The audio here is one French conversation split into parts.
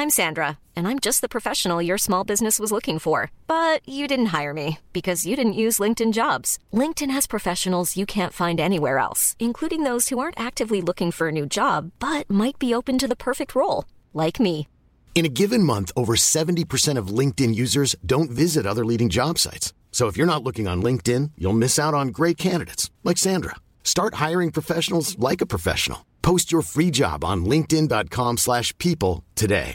I'm Sandra, and I'm just the professional your small business was looking for. But you didn't hire me because you didn't use LinkedIn Jobs. LinkedIn has professionals you can't find anywhere else, including those who aren't actively looking for a new job, but might be open to the perfect role, like me. In a given month, over 70% of LinkedIn users don't visit other leading job sites. So if you're not looking on LinkedIn, you'll miss out on great candidates like Sandra. Start hiring professionals like a professional. Post your free job on linkedin.com/people today.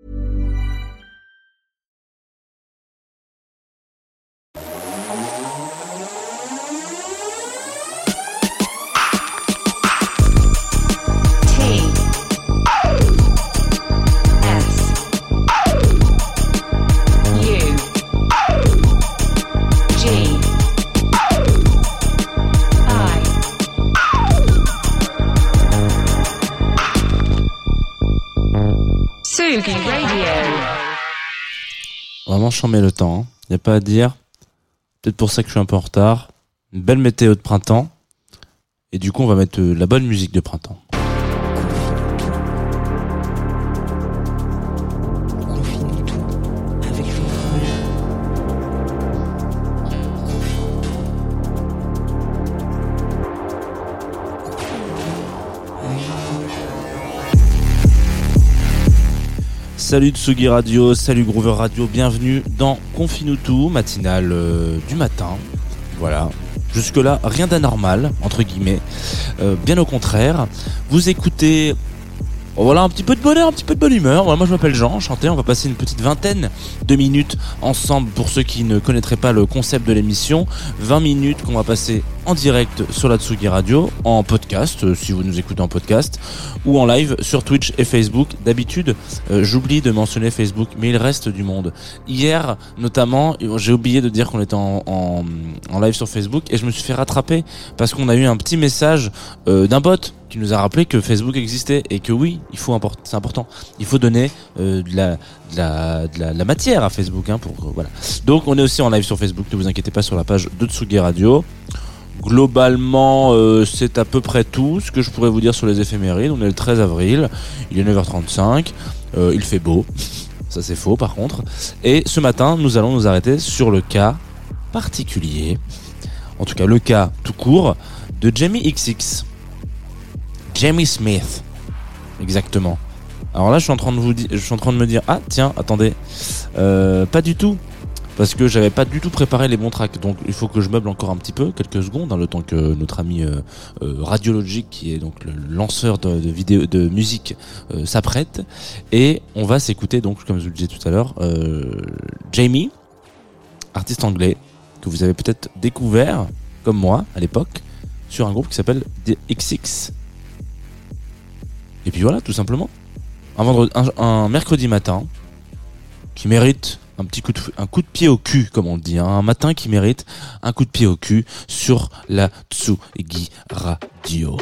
Tsugi Radio. Vraiment, j'en mets le temps. Hein. Y a pas à dire. Peut-être pour ça que je suis un peu en retard. Une belle météo de printemps. Et du coup, on va mettre la bonne musique de printemps. Salut Tsugi Radio, salut Groover Radio, bienvenue dans Confine-nous tout, matinale du matin. Voilà, jusque-là, rien d'anormal, entre guillemets. Bien au contraire, vous écoutez... Voilà, un petit peu de bonheur, un petit peu de bonne humeur. Voilà, moi je m'appelle Jean, enchanté. On va passer une petite vingtaine de minutes ensemble pour ceux qui ne connaîtraient pas le concept de l'émission. 20 minutes qu'on va passer en direct sur la Tsugi Radio, en podcast, si vous nous écoutez en podcast, ou en live sur Twitch et Facebook. D'habitude, j'oublie de mentionner Facebook, mais il reste du monde. Hier, notamment, j'ai oublié de dire qu'on était en live sur Facebook et je me suis fait rattraper parce qu'on a eu un petit message d'un bot qui nous a rappelé que Facebook existait et que oui, c'est important. Il faut donner de la matière à Facebook, hein, voilà. Donc on est aussi en live sur Facebook, ne vous inquiétez pas, sur la page de Tsugi Radio. Globalement, c'est à peu près tout ce que je pourrais vous dire sur les éphémérides. On est le 13 avril, il est 9h35, il fait beau, ça c'est faux par contre. Et ce matin, nous allons nous arrêter sur le cas particulier, en tout cas le cas tout court, de Jamie XX. Jamie Smith, exactement. Alors là, je suis en train de me dire, ah tiens, attendez, pas du tout, parce que j'avais pas du tout préparé les bons tracks. Donc il faut que je meuble encore un petit peu, quelques secondes, hein, le temps que notre ami Radiologic, qui est donc le lanceur de musique, s'apprête. Et on va s'écouter, donc comme je vous le disais tout à l'heure, Jamie, artiste anglais que vous avez peut-être découvert, comme moi à l'époque, sur un groupe qui s'appelle The XX. Et puis voilà, tout simplement. Un mercredi matin qui mérite un coup de pied au cul, comme on le dit, hein, un matin qui mérite un coup de pied au cul sur la Tsugi Radio.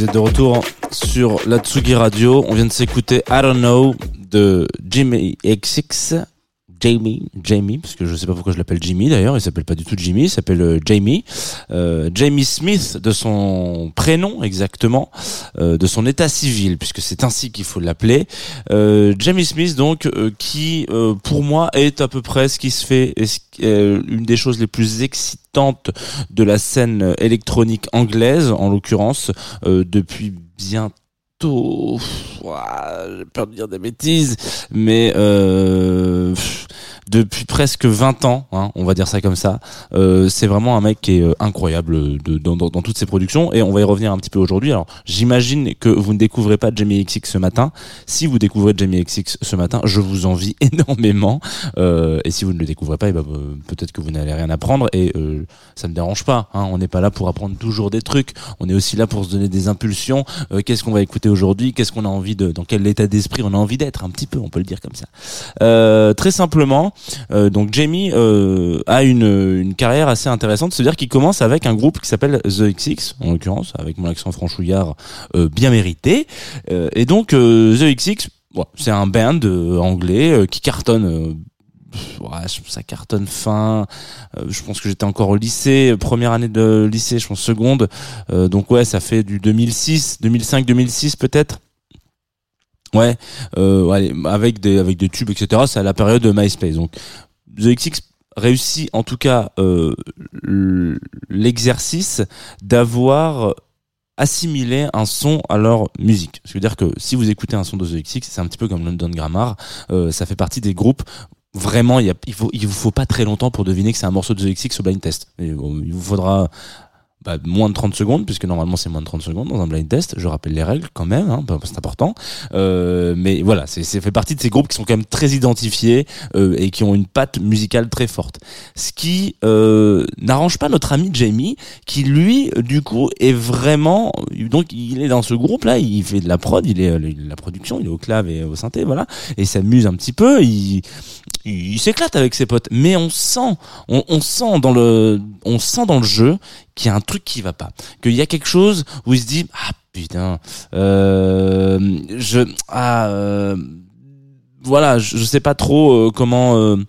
êtes de retour sur la Tsugi Radio. On vient de s'écouter I Don't Know de Jimmy XX. Jamie, parce que je sais pas pourquoi je l'appelle Jimmy d'ailleurs, il s'appelle pas du tout Jimmy, il s'appelle Jamie. Jamie Smith de son prénom exactement, de son état civil, puisque c'est ainsi qu'il faut l'appeler. Jamie Smith donc, qui pour moi est à peu près ce qui se fait, une des choses les plus excitantes de la scène électronique anglaise, en l'occurrence, depuis bientôt. J'ai peur de dire des bêtises, mais depuis presque 20 ans, hein, on va dire ça comme ça. C'est vraiment un mec qui est incroyable dans toutes ses productions, et on va y revenir un petit peu aujourd'hui. Alors, j'imagine que vous ne découvrez pas Jamie XX ce matin. Si vous découvrez Jamie XX ce matin, je vous envie énormément. Et si vous ne le découvrez pas, peut-être que vous n'allez rien apprendre, et ça ne dérange pas. Hein, on n'est pas là pour apprendre toujours des trucs. On est aussi là pour se donner des impulsions. Qu'est-ce qu'on va écouter aujourd'hui, qu'est-ce qu'on a envie dans quel état d'esprit on a envie d'être, un petit peu, on peut le dire comme ça. Très simplement, donc Jamie a une carrière assez intéressante, c'est-à-dire qu'il commence avec un groupe qui s'appelle The XX, en l'occurrence, avec mon accent franchouillard bien mérité. Et donc The XX, c'est un band anglais qui cartonne. Ça cartonne fin. Je pense que j'étais encore au lycée, première année de lycée, je pense seconde. Donc ouais, ça fait du 2006, 2005, 2006 peut-être. Ouais, avec des tubes, etc. C'est à la période de MySpace. Donc The XX réussit en tout cas l'exercice d'avoir assimiler un son à leur musique. Ce qui veut dire que si vous écoutez un son de The XX, c'est un petit peu comme London Grammar. Ça fait partie des groupes. Vraiment, il vous faut pas très longtemps pour deviner que c'est un morceau de The XX au blind test. Il vous faudra moins de 30 secondes, puisque normalement c'est moins de 30 secondes dans un blind test. Je rappelle les règles quand même, hein, c'est important. Mais voilà, c'est fait partie de ces groupes qui sont quand même très identifiés et qui ont une patte musicale très forte. Ce qui n'arrange pas notre ami Jamie, qui lui, du coup, est vraiment... Donc il est dans ce groupe-là, il fait de la prod, il est la production, il est au clave et au synthé, voilà, et il s'amuse un petit peu, il s'éclate avec ses potes, mais on sent dans le jeu qu'il y a un truc qui va pas, qu'il y a quelque chose où il se dit putain, voilà, je sais pas trop comment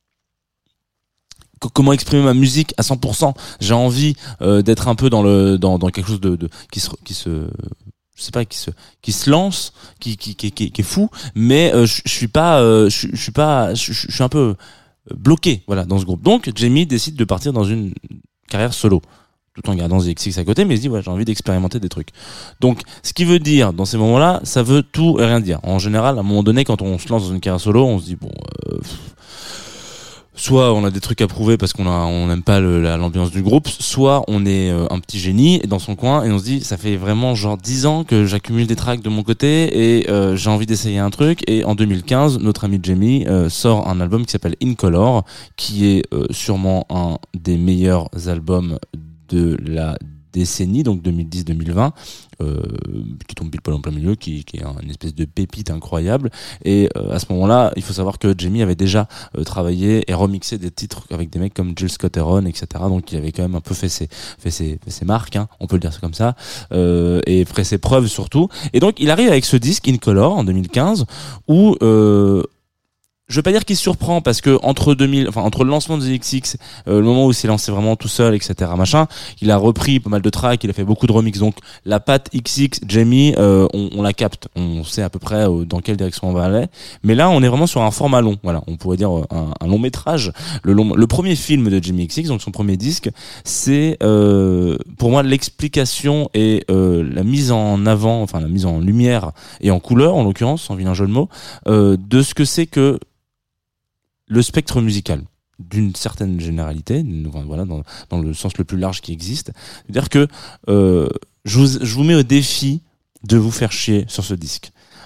exprimer ma musique à 100%. J'ai envie d'être un peu dans quelque chose de qui se je sais pas, qui se lance, qui est fou, mais je suis un peu bloqué, voilà, dans ce groupe. Donc Jamie décide de partir dans une carrière solo, tout en gardant The XX à côté, mais il se dit j'ai envie d'expérimenter des trucs. Donc ce qui veut dire, dans ces moments-là, ça veut tout et rien dire. En général, à un moment donné, quand on se lance dans une carrière solo, on se dit soit on a des trucs à prouver parce on n'aime pas l'ambiance du groupe, soit on est un petit génie dans son coin et on se dit ça fait vraiment genre 10 ans que j'accumule des tracks de mon côté et j'ai envie d'essayer un truc. Et en 2015, notre ami Jamie sort un album qui s'appelle In Color, qui est sûrement un des meilleurs albums de la décennie, donc 2010-2020, qui tombe pile poil en plein milieu, qui est une espèce de pépite incroyable. Et à ce moment-là, il faut savoir que Jamie avait déjà travaillé et remixé des titres avec des mecs comme Jill Scott Heron, etc. Donc il avait quand même un peu fait ses marques, hein, on peut le dire comme ça, et fait ses preuves surtout. Et donc il arrive avec ce disque In Color en 2015 où je veux pas dire qu'il surprend, parce que entre le lancement de The XX, le moment où il s'est lancé vraiment tout seul, etc., machin, il a repris pas mal de tracks, il a fait beaucoup de remix. Donc la patte XX Jamie, on la capte, on sait à peu près dans quelle direction on va aller. Mais là, on est vraiment sur un format long. Voilà, on pourrait dire un long métrage. Le premier film de Jamie XX, donc son premier disque, c'est pour moi l'explication et la mise en avant, enfin la mise en lumière et en couleur, en l'occurrence, sans vilain jeu de mots, de ce que c'est que le spectre musical d'une certaine généralité, voilà, dans le sens le plus large qui existe. C'est-à-dire que je vous mets au défi de vous faire chier sur ce disque.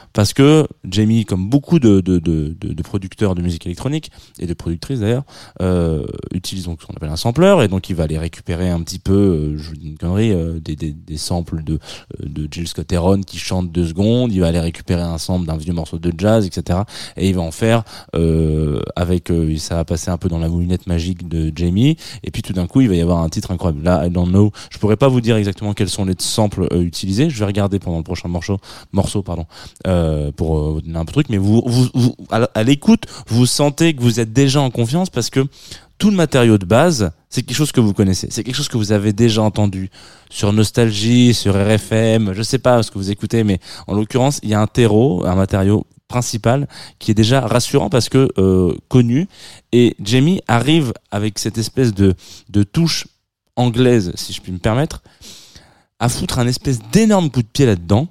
parce que Jamie, comme beaucoup de producteurs de musique électronique et de productrices d'ailleurs, utilise donc ce qu'on appelle un sampler, et donc il va aller récupérer un petit peu, je vous dis une connerie, des samples de Jill Scott Heron qui chante 2 secondes, il va aller récupérer un sample d'un vieux morceau de jazz, etc. Et il va en faire ça va passer un peu dans la moulinette magique de Jamie, et puis tout d'un coup il va y avoir un titre incroyable. Là, I don't know, je pourrais pas vous dire exactement quels sont les samples utilisés, je vais regarder pendant le prochain morceau pour vous donner un peu de truc, mais vous à l'écoute, vous sentez que vous êtes déjà en confiance, parce que tout le matériau de base, c'est quelque chose que vous connaissez, c'est quelque chose que vous avez déjà entendu sur Nostalgie, sur RFM, je sais pas ce que vous écoutez, mais en l'occurrence, il y a un matériau principal qui est déjà rassurant parce que connu, et Jamie arrive avec cette espèce de touche anglaise, si je puis me permettre, à foutre un espèce d'énorme coup de pied là-dedans,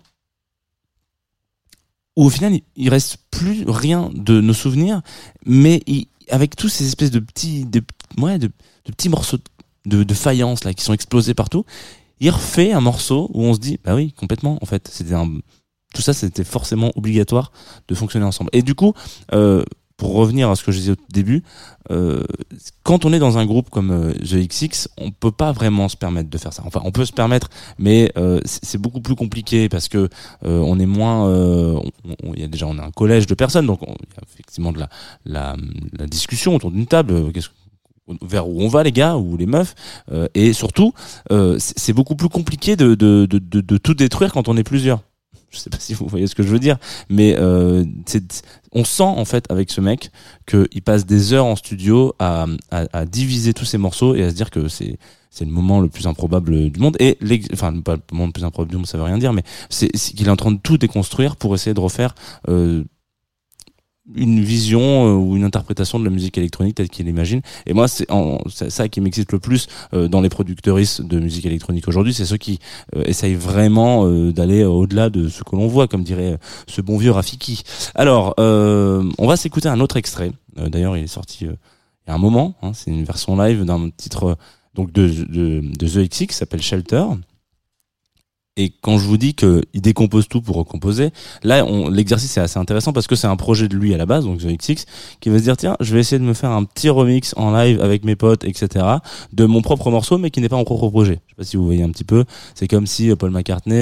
où au final il reste plus rien de nos souvenirs, mais avec tous ces espèces de petits morceaux de faïence là qui sont explosés partout, il refait un morceau où on se dit bah oui, complètement, en fait tout ça c'était forcément obligatoire de fonctionner ensemble. Et du coup, pour revenir à ce que je disais au début, quand on est dans un groupe comme The XX, on peut pas vraiment se permettre de faire ça. Enfin, on peut se permettre, mais c'est beaucoup plus compliqué parce que on est moins. On a un collège de personnes, donc il y a effectivement de la discussion autour d'une table. Vers où on va, les gars ou les meufs, et surtout, c'est beaucoup plus compliqué de tout détruire quand on est plusieurs. Je sais pas si vous voyez ce que je veux dire, mais on sent en fait avec ce mec qu'il passe des heures en studio à diviser tous ces morceaux et à se dire que c'est le moment le plus improbable du monde, et pas le moment le plus improbable du monde, ça veut rien dire, mais c'est qu'il est en train de tout déconstruire pour essayer de refaire une vision ou une interprétation de la musique électronique telle qu'il l'imagine. Et moi, c'est ça qui m'excite le plus dans les producteuristes de musique électronique aujourd'hui, c'est ceux qui essayent vraiment d'aller au-delà de ce que l'on voit, comme dirait ce bon vieux Rafiki. Alors, on va s'écouter un autre extrait. D'ailleurs, il est sorti il y a un moment, hein, c'est une version live d'un titre donc de The XX qui s'appelle Shelter. Et quand je vous dis qu'il décompose tout pour recomposer, là, l'exercice est assez intéressant parce que c'est un projet de lui à la base, donc The XX, qui va se dire, tiens, je vais essayer de me faire un petit remix en live avec mes potes, etc., de mon propre morceau, mais qui n'est pas mon propre projet. Je sais pas si vous voyez un petit peu. C'est comme si Paul McCartney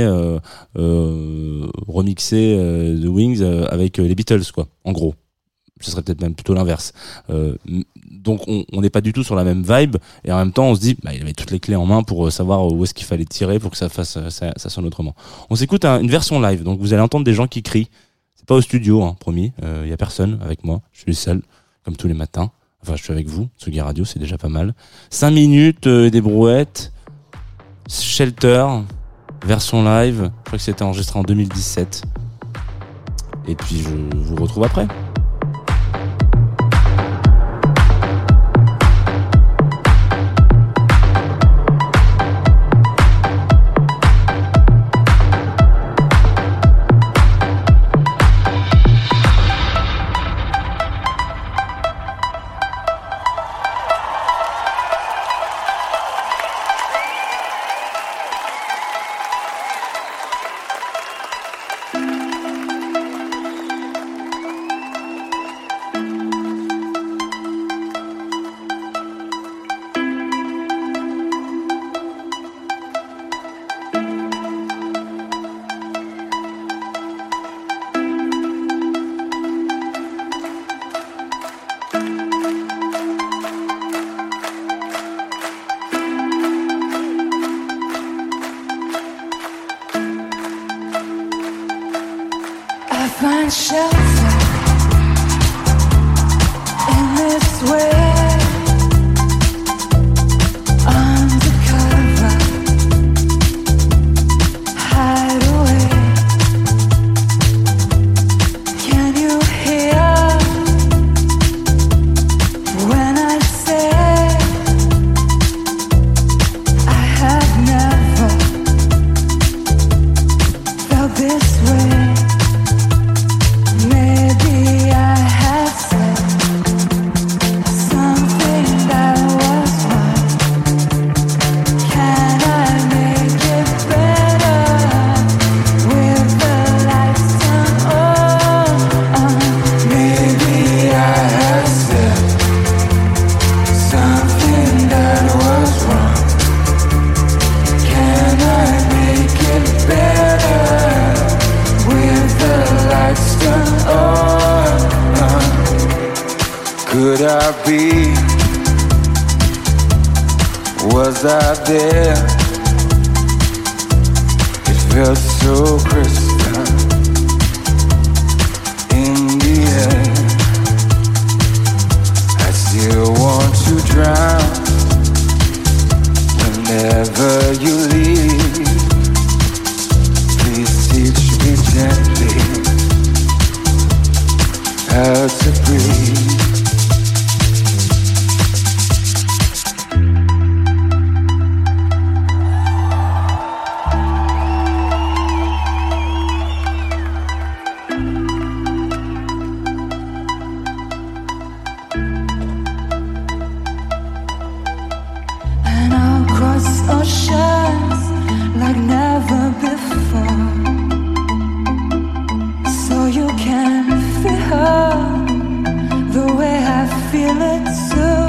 remixait The Wings avec les Beatles, quoi, en gros. Ce serait peut-être même plutôt l'inverse. Donc on n'est pas du tout sur la même vibe, et en même temps on se dit il avait toutes les clés en main pour savoir où est-ce qu'il fallait tirer pour que ça sonne autrement. On s'écoute une version live, donc vous allez entendre des gens qui crient. C'est pas au studio, hein, promis, y a personne avec moi, je suis seul comme tous les matins. Enfin, je suis avec vous, Tsugi Radio, c'est déjà pas mal. 5 minutes des brouettes. Shelter, version live, je crois que c'était enregistré en 2017. Et puis je vous retrouve après. Find shelter in this way. Undercover, hide away. Can you hear when I say I have never felt this way? Maybe I have said I be? Was I there? It felt so crystal in the air. I still want to drown whenever you leave. Please teach me gently how to breathe. Oceans like never before, so you can feel the way I feel it too.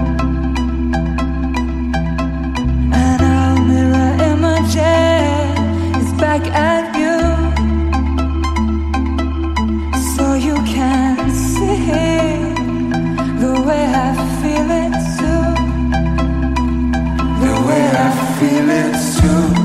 And our mirror images back at you, so you can see the way I feel it too. The way I feel it too.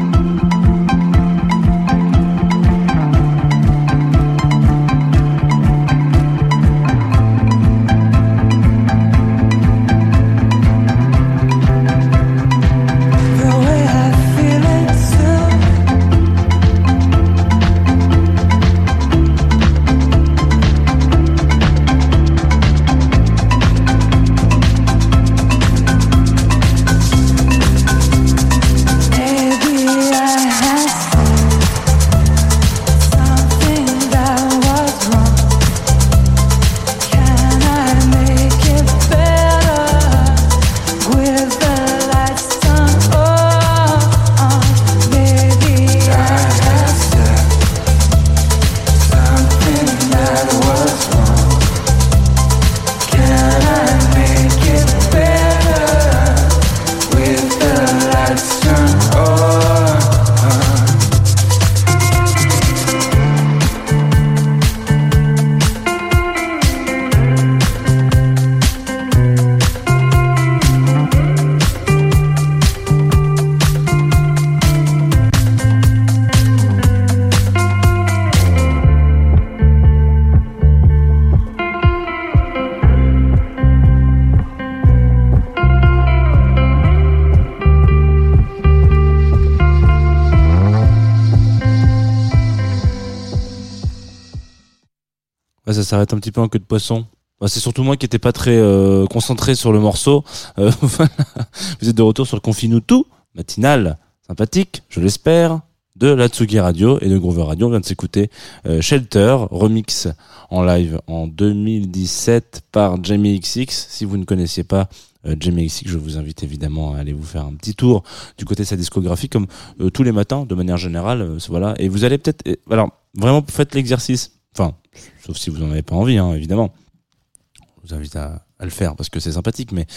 Ça s'arrête un petit peu en queue de poisson. C'est surtout moi qui n'étais pas très concentré sur le morceau. Voilà. Vous êtes de retour sur le Confinou tout, matinale, sympathique, je l'espère, de la Tsugi Radio et de Groover Radio. On vient de s'écouter Shelter, remix en live en 2017 par Jamie XX. Si vous ne connaissiez pas Jamie XX, je vous invite évidemment à aller vous faire un petit tour du côté de sa discographie, comme tous les matins, de manière générale. Voilà. Et vous allez peut-être... Alors, vraiment, faites l'exercice. Enfin, sauf si vous n'en avez pas envie, hein, évidemment. Je vous invite à le faire parce que c'est sympathique, mais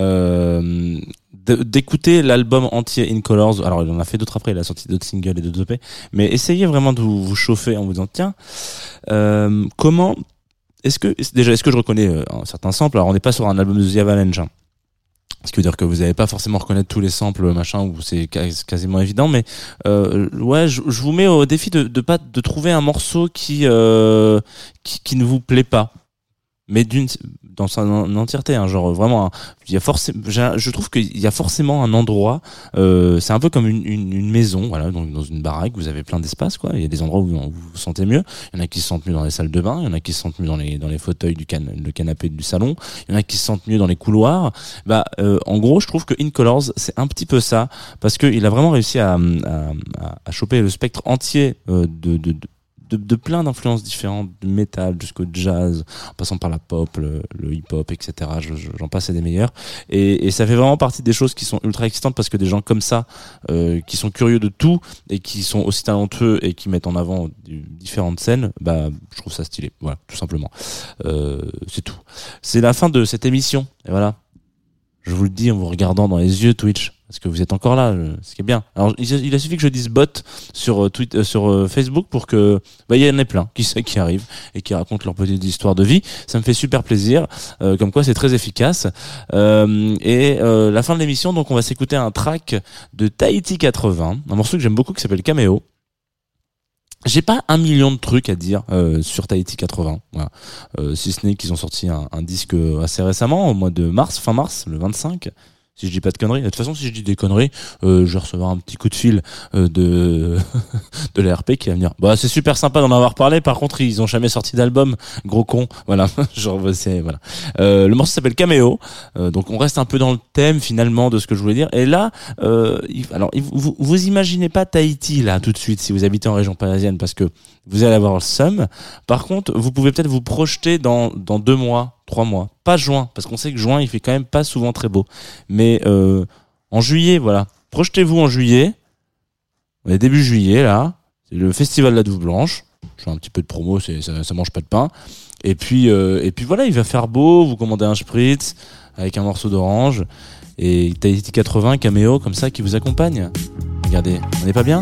d'écouter l'album entier In Colors. Alors, il en a fait d'autres après, il a sorti d'autres singles et d'autres EP, mais essayez vraiment de vous chauffer en vous disant, tiens, comment... Est-ce que je reconnais un certain sample? Alors, on n'est pas sur un album de The Avalanche, hein. Ce qui veut dire que vous n'allez pas forcément reconnaître tous les samples, machin, où c'est quasiment évident, mais ouais, je vous mets au défi de trouver un morceau qui ne vous plaît pas, mais dans sa entièreté, hein, genre vraiment, il y a je trouve qu'il y a forcément un endroit, c'est un peu comme une maison, voilà, donc dans une baraque, vous avez plein d'espace, quoi. Il y a des endroits où vous vous sentez mieux. Il y en a qui se sentent mieux dans les salles de bain, il y en a qui se sentent mieux dans les fauteuils le canapé du salon, il y en a qui se sentent mieux dans les couloirs. En gros, je trouve que In Colors, c'est un petit peu ça, parce que il a vraiment réussi à choper le spectre entier de plein d'influences différentes, du métal jusqu'au jazz, en passant par la pop, le hip-hop, etc. J'en passe et des meilleurs. Et ça fait vraiment partie des choses qui sont ultra excitantes parce que des gens comme ça, qui sont curieux de tout et qui sont aussi talentueux et qui mettent en avant différentes scènes, je trouve ça stylé. Voilà, tout simplement. C'est tout. C'est la fin de cette émission. Et voilà. Je vous le dis en vous regardant dans les yeux, Twitch. parce que vous êtes encore là, ce qui est bien. Alors il a suffi que je dise bot sur Twitter, sur Facebook pour que il y en ait plein qui arrivent et qui racontent leur petite histoire de vie. Ça me fait super plaisir, comme quoi c'est très efficace. La fin de l'émission, donc on va s'écouter un track de Tahiti 80, un morceau que j'aime beaucoup qui s'appelle Caméo. J'ai pas 1 million de trucs à dire sur Tahiti 80, voilà. Si ce n'est qu'ils ont sorti un disque assez récemment, au mois de mars, fin mars, le 25. Si je dis pas de conneries. De toute façon, si je dis des conneries, je vais recevoir un petit coup de fil de l'ARP qui va venir. Bah, c'est super sympa d'en avoir parlé. Par contre, ils ont jamais sorti d'album. Gros con. Voilà. Genre, c'est, voilà. Le morceau s'appelle Caméo. Donc, on reste un peu dans le thème, finalement, de ce que je voulais dire. Et là, vous imaginez pas Tahiti, là, tout de suite, si vous habitez en région parisienne, parce que vous allez avoir le seum. Par contre, vous pouvez peut-être vous projeter dans 2 mois, 3 mois. Pas juin, parce qu'on sait que juin, il fait quand même pas souvent très beau. Mais en juillet, voilà. Projetez-vous en juillet. On est début juillet, là. C'est le festival de la Douve Blanche. Je fais un petit peu de promo, ça mange pas de pain. Et puis voilà, il va faire beau. Vous commandez un spritz avec un morceau d'orange. Et Tahiti 80, Caméo, comme ça, qui vous accompagne. Regardez, on n'est pas bien ?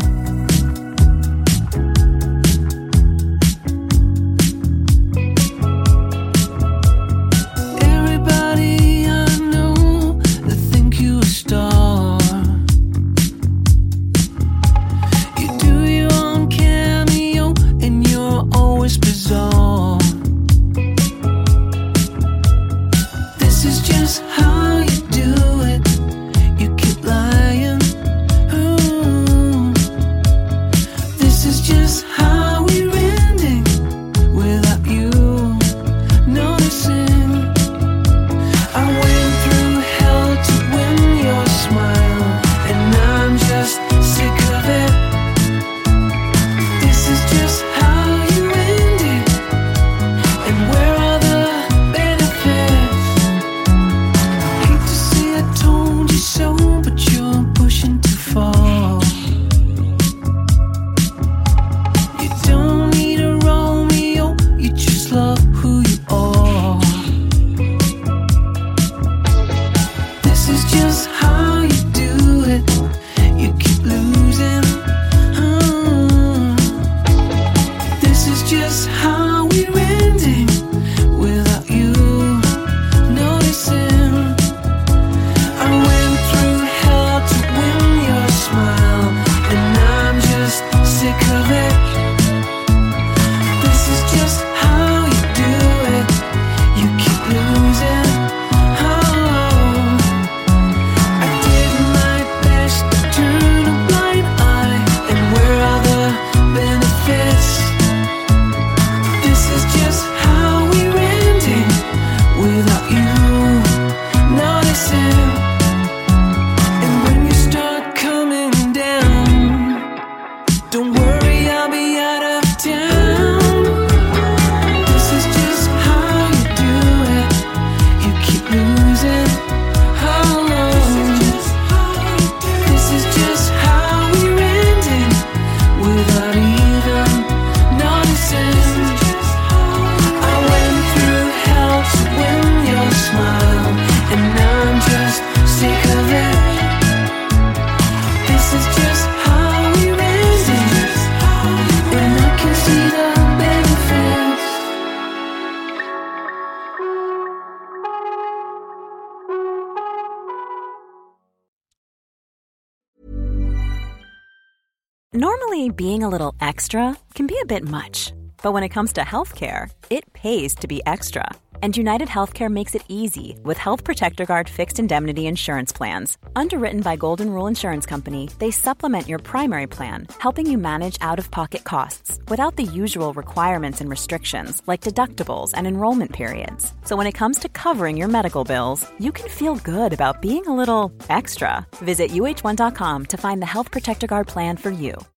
Normally, being a little extra can be a bit much, but when it comes to healthcare, it pays to be extra. And United Healthcare makes it easy with Health Protector Guard fixed indemnity insurance plans. Underwritten by Golden Rule Insurance Company, they supplement your primary plan, helping you manage out-of-pocket costs without the usual requirements and restrictions like deductibles and enrollment periods. So when it comes to covering your medical bills, you can feel good about being a little extra. Visit uh1.com to find the Health Protector Guard plan for you.